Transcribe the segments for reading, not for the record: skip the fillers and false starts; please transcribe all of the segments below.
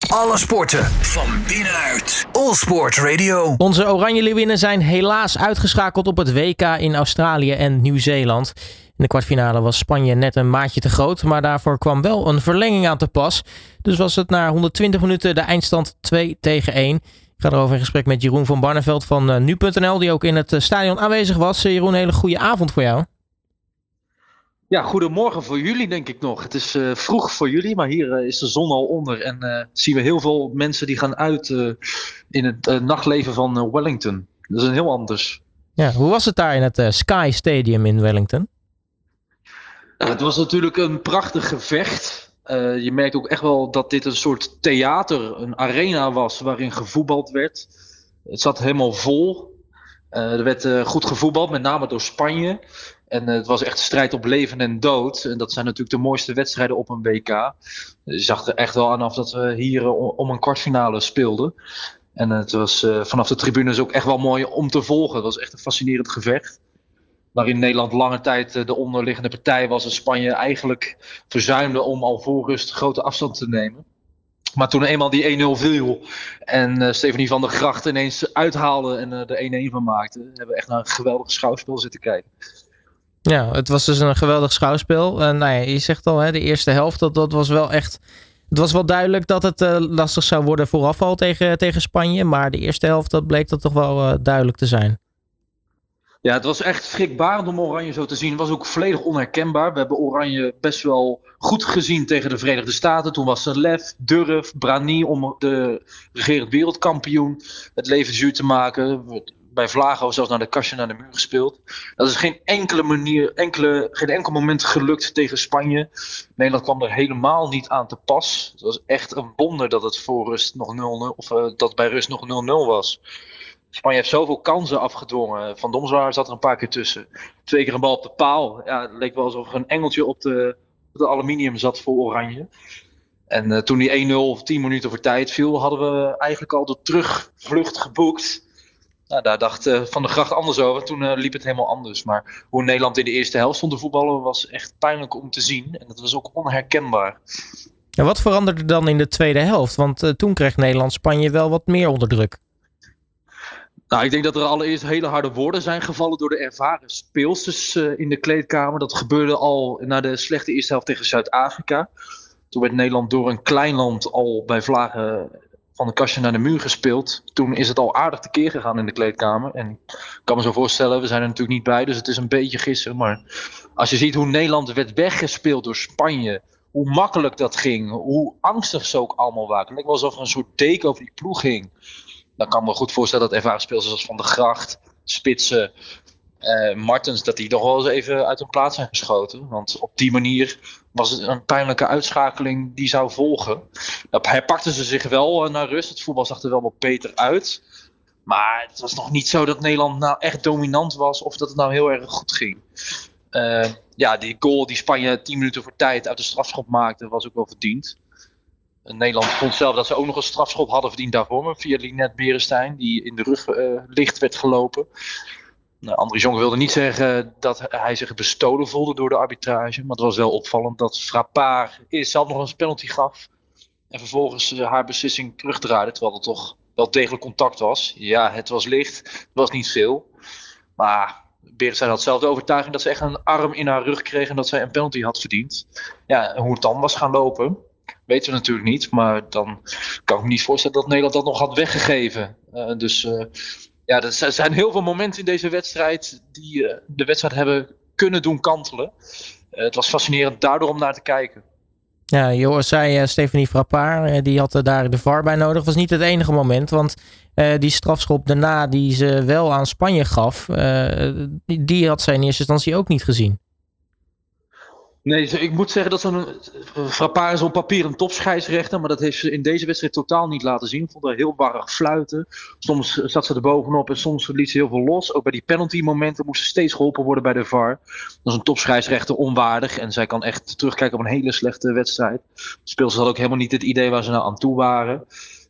Alle sporten van binnenuit. All Sport Radio. Onze Oranje Leeuwinnen zijn helaas uitgeschakeld op het WK in Australië en Nieuw-Zeeland. In de kwartfinale was Spanje net een maatje te groot, maar daarvoor kwam wel een verlenging aan te pas. Dus was het na 120 minuten de eindstand 2-1. Ik ga erover in gesprek met Jeroen van Barneveld van nu.nl, die ook in het stadion aanwezig was. Jeroen, een hele goede avond voor jou. Ja, goedemorgen voor jullie denk ik nog. Het is vroeg voor jullie, maar hier is de zon al onder. En zien we heel veel mensen die gaan uit in het nachtleven van Wellington. Dat is een heel anders. Ja, hoe was het daar in het Sky Stadium in Wellington? Het was natuurlijk een prachtig gevecht. Je merkt ook echt wel dat dit een soort theater, een arena was waarin gevoetbald werd. Het zat helemaal vol. Er werd goed gevoetbald, met name door Spanje. En het was echt een strijd op leven en dood. En dat zijn natuurlijk de mooiste wedstrijden op een WK. Je zag er echt wel aan af dat we hier om een kwartfinale speelden. En het was vanaf de tribunes ook echt wel mooi om te volgen. Het was echt een fascinerend gevecht. Waarin Nederland lange tijd de onderliggende partij was. En Spanje eigenlijk verzuimde om al voor rust grote afstand te nemen. Maar toen eenmaal die 1-0 viel en Stefanie van der Gracht ineens uithaalde en er 1-1 van maakte, hebben we echt naar een geweldig schouwspel zitten kijken. Ja, het was dus een geweldig schouwspel. Nou ja, je zegt al, de eerste helft, dat was wel echt. Het was wel duidelijk dat het lastig zou worden vooraf al tegen Spanje. Maar de eerste helft, dat bleek dat toch wel duidelijk te zijn. Ja, het was echt schrikbarend om Oranje zo te zien. Het was ook volledig onherkenbaar. We hebben Oranje best wel goed gezien tegen de Verenigde Staten. Toen was er lef, durf, brani om de regerend wereldkampioen het leven zuur te maken. Bij Vlago zelfs naar de kastje naar de muur gespeeld. Dat is geen enkel moment gelukt tegen Spanje. Nederland kwam er helemaal niet aan te pas. Het was echt een wonder dat het voor rust nog 0-0 of dat bij rust nog 0-0 was. Spanje heeft zoveel kansen afgedwongen. Van Domswaar zat er een paar keer tussen. 2 keer een bal op de paal. Ja, het leek wel alsof er een engeltje op de aluminium zat voor Oranje. En toen die 1-0 10 minuten voor tijd viel, hadden we eigenlijk al de terugvlucht geboekt. Nou, daar dacht Van der Gracht anders over. Toen liep het helemaal anders. Maar hoe Nederland in de eerste helft stond te voetballen was echt pijnlijk om te zien. En dat was ook onherkenbaar. Ja, wat veranderde dan in de tweede helft? Want toen kreeg Nederland Spanje wel wat meer onder druk. Nou, ik denk dat er allereerst hele harde woorden zijn gevallen door de ervaren speelsters in de kleedkamer. Dat gebeurde al na de slechte eerste helft tegen Zuid-Afrika. Toen werd Nederland door een klein land al bij vlagen van de kastje naar de muur gespeeld. Toen is het al aardig tekeer gegaan in de kleedkamer. En ik kan me zo voorstellen, we zijn er natuurlijk niet bij, dus het is een beetje gissen. Maar als je ziet hoe Nederland werd weggespeeld door Spanje, hoe makkelijk dat ging, hoe angstig ze ook allemaal waren. Het leek wel alsof er een soort deken over die ploeg ging. Dan kan ik me goed voorstellen dat ervaren speelsters als Van der Gracht, Spitsen, Martens, dat die nog wel eens even uit hun plaats zijn geschoten. Want op die manier was het een pijnlijke uitschakeling die zou volgen. Herpakten ze zich wel naar rust. Het voetbal zag er wel wat beter uit. Maar het was nog niet zo dat Nederland nou echt dominant was of dat het nou heel erg goed ging. Die goal die Spanje 10 minuten voor tijd uit de strafschop maakte, was ook wel verdiend. Nederland vond zelf dat ze ook nog een strafschop hadden verdiend daarvoor. Via Linette Beresteyn, die in de rug licht werd gelopen. Nou, Andries Jonker wilde niet zeggen dat hij zich bestolen voelde door de arbitrage. Maar het was wel opvallend dat Frappard eerst zelf nog een penalty gaf. En vervolgens haar beslissing terugdraaide. Terwijl er toch wel degelijk contact was. Ja, het was licht. Het was niet veel. Maar Beresteyn had zelf de overtuiging dat ze echt een arm in haar rug kreeg. En dat zij een penalty had verdiend. Ja, en hoe het dan was gaan lopen, weten we natuurlijk niet. Maar dan kan ik me niet voorstellen dat Nederland dat nog had weggegeven. Er zijn heel veel momenten in deze wedstrijd die de wedstrijd hebben kunnen doen kantelen. Het was fascinerend daardoor om naar te kijken. Ja, je zei Stefanie Frappard, die had daar de VAR bij nodig. Dat was niet het enige moment, want die strafschop daarna die ze wel aan Spanje gaf, die had zij in eerste instantie ook niet gezien. Nee, ik moet zeggen dat Frappard is op papier een topscheidsrechter, maar dat heeft ze in deze wedstrijd totaal niet laten zien. Ik vond haar heel warrig fluiten. Soms zat ze er bovenop en soms liet ze heel veel los. Ook bij die penalty momenten moest ze steeds geholpen worden bij de VAR. Dat is een topscheidsrechter onwaardig en zij kan echt terugkijken op een hele slechte wedstrijd. De speelsters had ook helemaal niet het idee waar ze nou aan toe waren.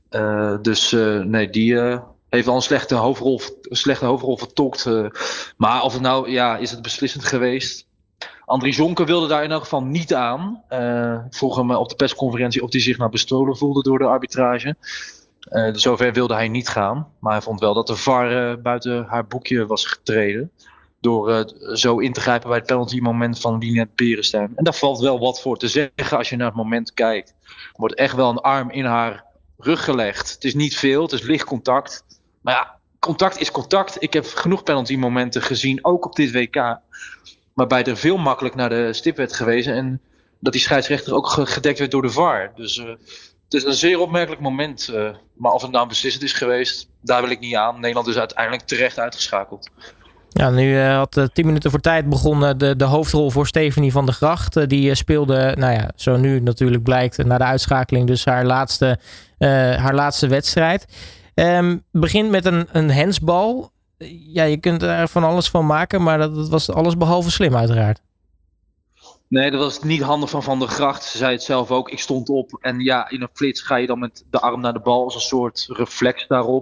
Die heeft wel een slechte hoofdrol vertolkt. Maar of het nou, is het beslissend geweest? Andries Jonker wilde daar in elk geval niet aan. Vroeg hem op de persconferentie of hij zich nou bestolen voelde door de arbitrage. Zover wilde hij niet gaan. Maar hij vond wel dat de VAR buiten haar boekje was getreden. Door zo in te grijpen bij het penalty-moment van Linette Beresteyn. En daar valt wel wat voor te zeggen als je naar het moment kijkt. Er wordt echt wel een arm in haar rug gelegd. Het is niet veel, het is licht contact. Maar ja, contact is contact. Ik heb genoeg penalty-momenten gezien, ook op dit WK. Waarbij er veel makkelijk naar de stip werd gewezen. En dat die scheidsrechter ook gedekt werd door de VAR. Dus het is een zeer opmerkelijk moment. Maar of het nou beslissend is geweest, daar wil ik niet aan. Nederland is uiteindelijk terecht uitgeschakeld. Ja, nu had 10 minuten voor tijd begonnen de hoofdrol voor Stephanie van der Gracht. Die speelde, zo nu natuurlijk blijkt, na de uitschakeling dus haar laatste wedstrijd. Begint met een handsbal. Ja, je kunt er van alles van maken, maar dat was alles behalve slim uiteraard. Nee, dat was niet handig van der Gracht. Ze zei het zelf ook. Ik stond op en ja, in een flits ga je dan met de arm naar de bal als een soort reflex daarop.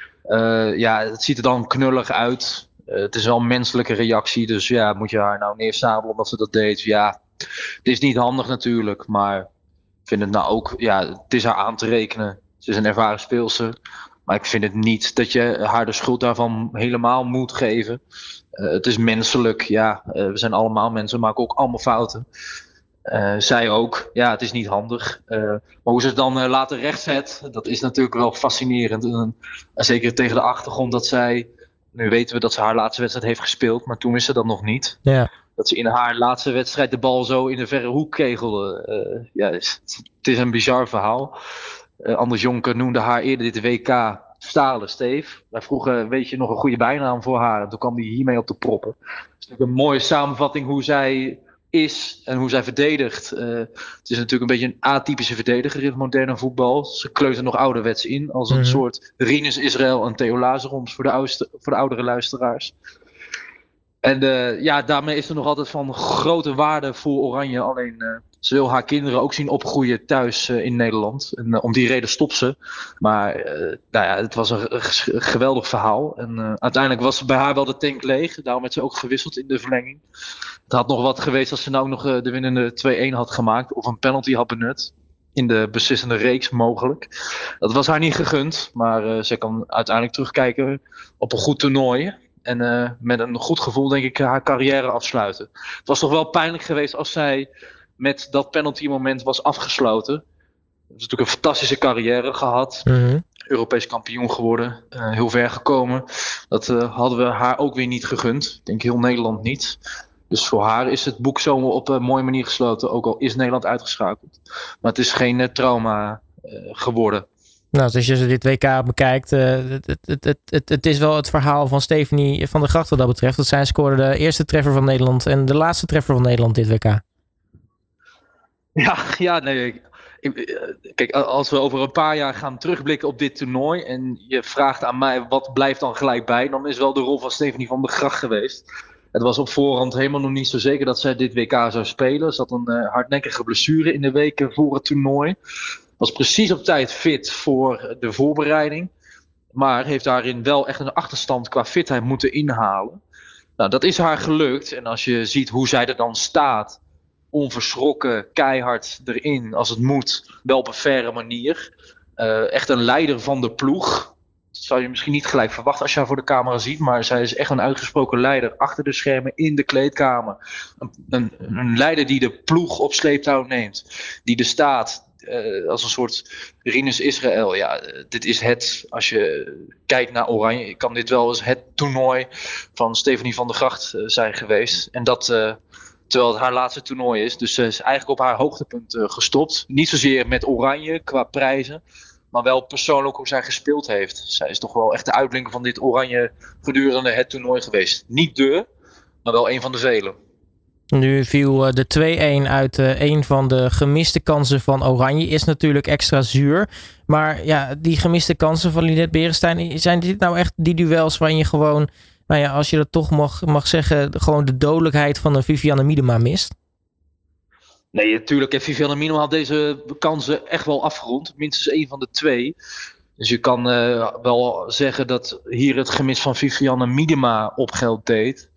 Het ziet er dan knullig uit. Het is wel een menselijke reactie, dus ja, moet je haar nou neersabelen omdat ze dat deed? Ja, het is niet handig natuurlijk, maar ik vind het nou ook, het is haar aan te rekenen. Ze is een ervaren speelster, maar ik vind het niet dat je haar de schuld daarvan helemaal moet geven. Het is menselijk, we zijn allemaal mensen, maken ook allemaal fouten. Zij ook, het is niet handig. Maar hoe ze het dan later rechtzet, dat is natuurlijk wel fascinerend. En zeker tegen de achtergrond dat zij... Nu weten we dat ze haar laatste wedstrijd heeft gespeeld, maar toen wist ze dat nog niet. Ja. Dat ze in haar laatste wedstrijd de bal zo in de verre hoek kegelde. Het is een bizar verhaal. Andries Jonker noemde haar eerder dit WK Stalen Steef. Wij vroegen, weet je nog een goede bijnaam voor haar? En toen kwam hij hiermee op de proppen. Het is natuurlijk een mooie samenvatting hoe zij is en hoe zij verdedigt. Het is natuurlijk een beetje een atypische verdediger in het moderne voetbal. Ze kleunt er nog ouderwets in, als een soort Rinus Israël en Theo Lazaroms voor de oudere luisteraars. En daarmee is er nog altijd van grote waarde voor Oranje. Alleen ze wil haar kinderen ook zien opgroeien thuis in Nederland. En om die reden stopt ze. Maar het was een geweldig verhaal. En uiteindelijk was bij haar wel de tank leeg. Daarom werd ze ook gewisseld in de verlenging. Het had nog wat geweest als ze nou nog de winnende 2-1 had gemaakt. Of een penalty had benut. In de beslissende reeks mogelijk. Dat was haar niet gegund. Maar ze kan uiteindelijk terugkijken op een goed toernooi. En met een goed gevoel denk ik haar carrière afsluiten. Het was toch wel pijnlijk geweest als zij met dat penalty moment was afgesloten. Ze heeft natuurlijk een fantastische carrière gehad. Europees kampioen geworden. Heel ver gekomen. Dat hadden we haar ook weer niet gegund. Ik denk heel Nederland niet. Dus voor haar is het boek zomaar op een mooie manier gesloten. Ook al is Nederland uitgeschakeld. Maar het is geen trauma geworden. Nou, als je dit WK bekijkt, het is wel het verhaal van Stephanie van der Gracht wat dat betreft. Dat zij scoorde de eerste treffer van Nederland en de laatste treffer van Nederland dit WK. Kijk, als we over een paar jaar gaan terugblikken op dit toernooi en je vraagt aan mij wat blijft dan gelijk bij, dan is wel de rol van Stephanie van der Gracht geweest. Het was op voorhand helemaal nog niet zo zeker dat zij dit WK zou spelen. Ze had een hardnekkige blessure in de weken voor het toernooi. Was precies op tijd fit voor de voorbereiding. Maar heeft daarin wel echt een achterstand qua fitheid moeten inhalen. Nou, dat is haar gelukt. En als je ziet hoe zij er dan staat. Onverschrokken, keihard erin als het moet. Wel op een faire manier. Echt een leider van de ploeg. Dat zou je misschien niet gelijk verwachten als je haar voor de camera ziet. Maar zij is echt een uitgesproken leider achter de schermen in de kleedkamer. Een leider die de ploeg op sleeptouw neemt. Die er staat. Als een soort Rinus Israël. Ja, dit is het. Als je kijkt naar Oranje, kan dit wel eens het toernooi van Stephanie van der Gracht zijn geweest. En dat terwijl het haar laatste toernooi is. Dus ze is eigenlijk op haar hoogtepunt gestopt. Niet zozeer met Oranje qua prijzen, maar wel persoonlijk hoe zij gespeeld heeft. Zij is toch wel echt de uitblinker van dit Oranje gedurende het toernooi geweest. Niet maar wel een van de velen. Nu viel de 2-1 uit een van de gemiste kansen van Oranje. Is natuurlijk extra zuur. Maar ja, die gemiste kansen van Linette Beresteyn, zijn dit nou echt die duels waarin je gewoon, als je dat toch mag zeggen, gewoon de dodelijkheid van een Vivianne Miedema mist? Nee, natuurlijk. Vivianne Miedema had deze kansen echt wel afgerond. Minstens één van de twee. Dus je kan wel zeggen dat hier het gemis van Vivianne Miedema op geld deed.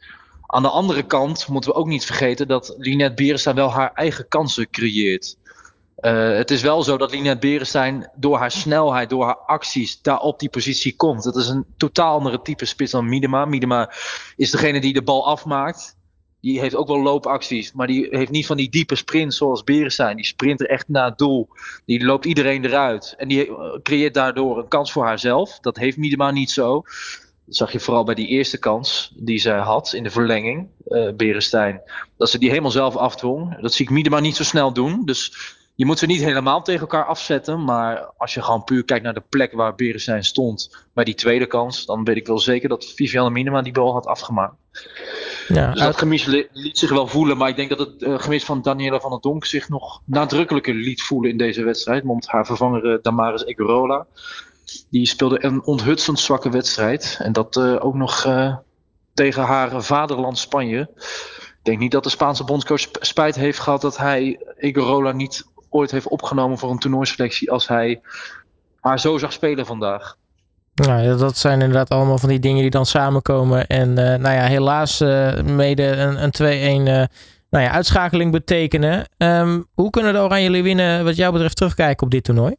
Aan de andere kant moeten we ook niet vergeten dat Linette Beresteyn wel haar eigen kansen creëert. Het is wel zo dat Linette Beresteyn door haar snelheid, door haar acties daar op die positie komt. Dat is een totaal andere type spits dan Miedema. Miedema is degene die de bal afmaakt. Die heeft ook wel loopacties, maar die heeft niet van die diepe sprints zoals Beresteyn. Die sprint er echt naar het doel. Die loopt iedereen eruit. En die creëert daardoor een kans voor haarzelf. Dat heeft Miedema niet zo. Dat zag je vooral bij die eerste kans die zij had in de verlenging, Beresteyn. Dat ze die helemaal zelf afdwong. Dat zie ik Miedema niet zo snel doen. Dus je moet ze niet helemaal tegen elkaar afzetten. Maar als je gewoon puur kijkt naar de plek waar Beresteyn stond bij die tweede kans, dan weet ik wel zeker dat Vivianne Miedema die bal had afgemaakt. Ja, dus dat gemis liet zich wel voelen. Maar ik denk dat het gemis van Daniela van der Donk zich nog nadrukkelijker liet voelen in deze wedstrijd. Want haar vervanger Damaris Egurola, die speelde een onthutsend zwakke wedstrijd. En dat ook nog tegen haar vaderland Spanje. Ik denk niet dat de Spaanse bondscoach spijt heeft gehad dat hij Egurola niet ooit heeft opgenomen voor een toernooiselectie als hij haar zo zag spelen vandaag. Nou, dat zijn inderdaad allemaal van die dingen die dan samenkomen. En helaas mede een 2-1 uitschakeling betekenen. Hoe kunnen de Oranje Leeuwinnen wat jou betreft terugkijken op dit toernooi?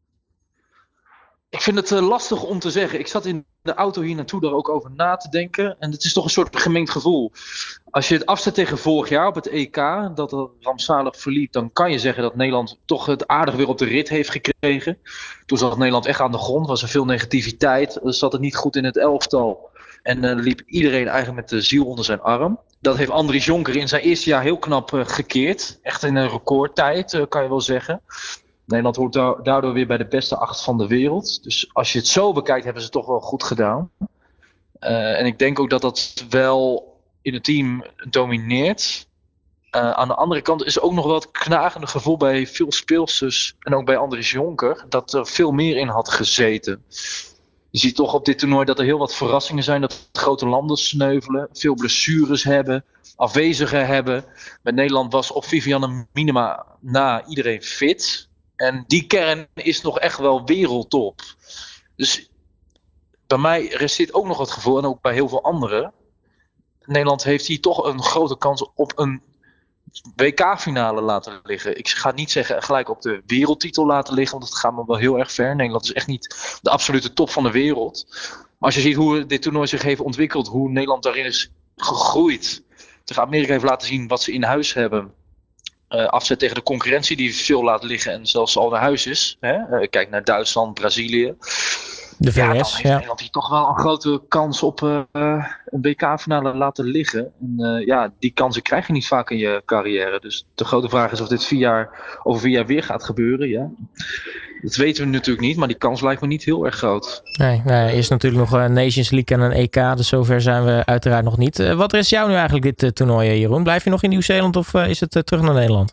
Ik vind het lastig om te zeggen. Ik zat in de auto hier naartoe daar ook over na te denken. En het is toch een soort gemengd gevoel. Als je het afzet tegen vorig jaar op het EK, dat het rampzalig verliep, dan kan je zeggen dat Nederland toch het aardig weer op de rit heeft gekregen. Toen zat Nederland echt aan de grond, was er veel negativiteit, zat het niet goed in het elftal. En liep iedereen eigenlijk met de ziel onder zijn arm. Dat heeft Andries Jonker in zijn eerste jaar heel knap gekeerd. Echt in een recordtijd, kan je wel zeggen. Nederland hoort daardoor weer bij de beste 8 van de wereld. Dus als je het zo bekijkt, hebben ze het toch wel goed gedaan. En ik denk ook dat dat wel in het team domineert. Aan de andere kant is er ook nog wel het knagende gevoel bij veel speelsters en ook bij Andries Jonker dat er veel meer in had gezeten. Je ziet toch op dit toernooi dat er heel wat verrassingen zijn, dat grote landen sneuvelen, veel blessures hebben, afwezigen hebben. Met Nederland was op Vivianne Miedema na iedereen fit. En die kern is nog echt wel wereldtop. Dus bij mij resteert ook nog het gevoel, en ook bij heel veel anderen, Nederland heeft hier toch een grote kans op een WK-finale laten liggen. Ik ga niet zeggen gelijk op de wereldtitel laten liggen, want dat gaat me wel heel erg ver. Nederland is echt niet de absolute top van de wereld. Maar als je ziet hoe dit toernooi zich heeft ontwikkeld, hoe Nederland daarin is gegroeid, tegen Amerika heeft laten zien wat ze in huis hebben. Afzet tegen de concurrentie die veel laat liggen en zelfs al naar huis is. Kijk naar Duitsland, Brazilië. De VS, dan heeft Nederland hier toch wel een grote kans op een WK-finale laten liggen. En die kansen krijg je niet vaak in je carrière. Dus de grote vraag is of dit over 4 jaar weer gaat gebeuren. Ja. Dat weten we natuurlijk niet, maar die kans lijkt me niet heel erg groot. Nee, eerst natuurlijk nog een Nations League en een EK, dus zover zijn we uiteraard nog niet. Wat is jou nu eigenlijk dit toernooi, Jeroen? Blijf je nog in Nieuw-Zeeland of is het terug naar Nederland?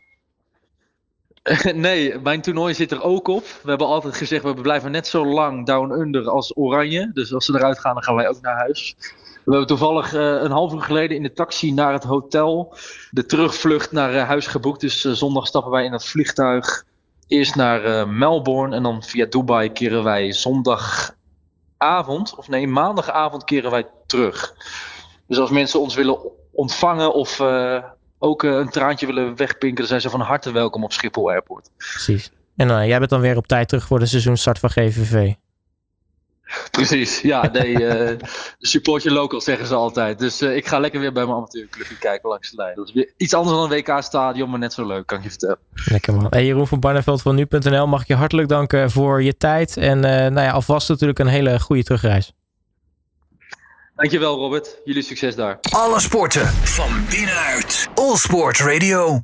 Nee, mijn toernooi zit er ook op. We hebben altijd gezegd, we blijven net zo lang down under als Oranje. Dus als ze eruit gaan, dan gaan wij ook naar huis. We hebben toevallig een half uur geleden in de taxi naar het hotel de terugvlucht naar huis geboekt. Dus zondag stappen wij in het vliegtuig eerst naar Melbourne en dan via Dubai keren wij maandagavond keren wij terug. Dus als mensen ons willen ontvangen of ook een traantje willen wegpinken, dan zijn ze van harte welkom op Schiphol Airport. Precies. En jij bent dan weer op tijd terug voor de seizoenstart van GVV. Precies, ja. Support je local, zeggen ze altijd. Dus ik ga lekker weer bij mijn amateurclubje kijken langs de lijn. Dat is weer iets anders dan een WK-stadion, maar net zo leuk, kan ik je vertellen. Lekker man. Hey, Jeroen van Barneveld van nu.nl, mag ik je hartelijk danken voor je tijd. En alvast natuurlijk een hele goede terugreis. Dankjewel Robert, jullie succes daar. Alle sporten van binnenuit. All Sport Radio.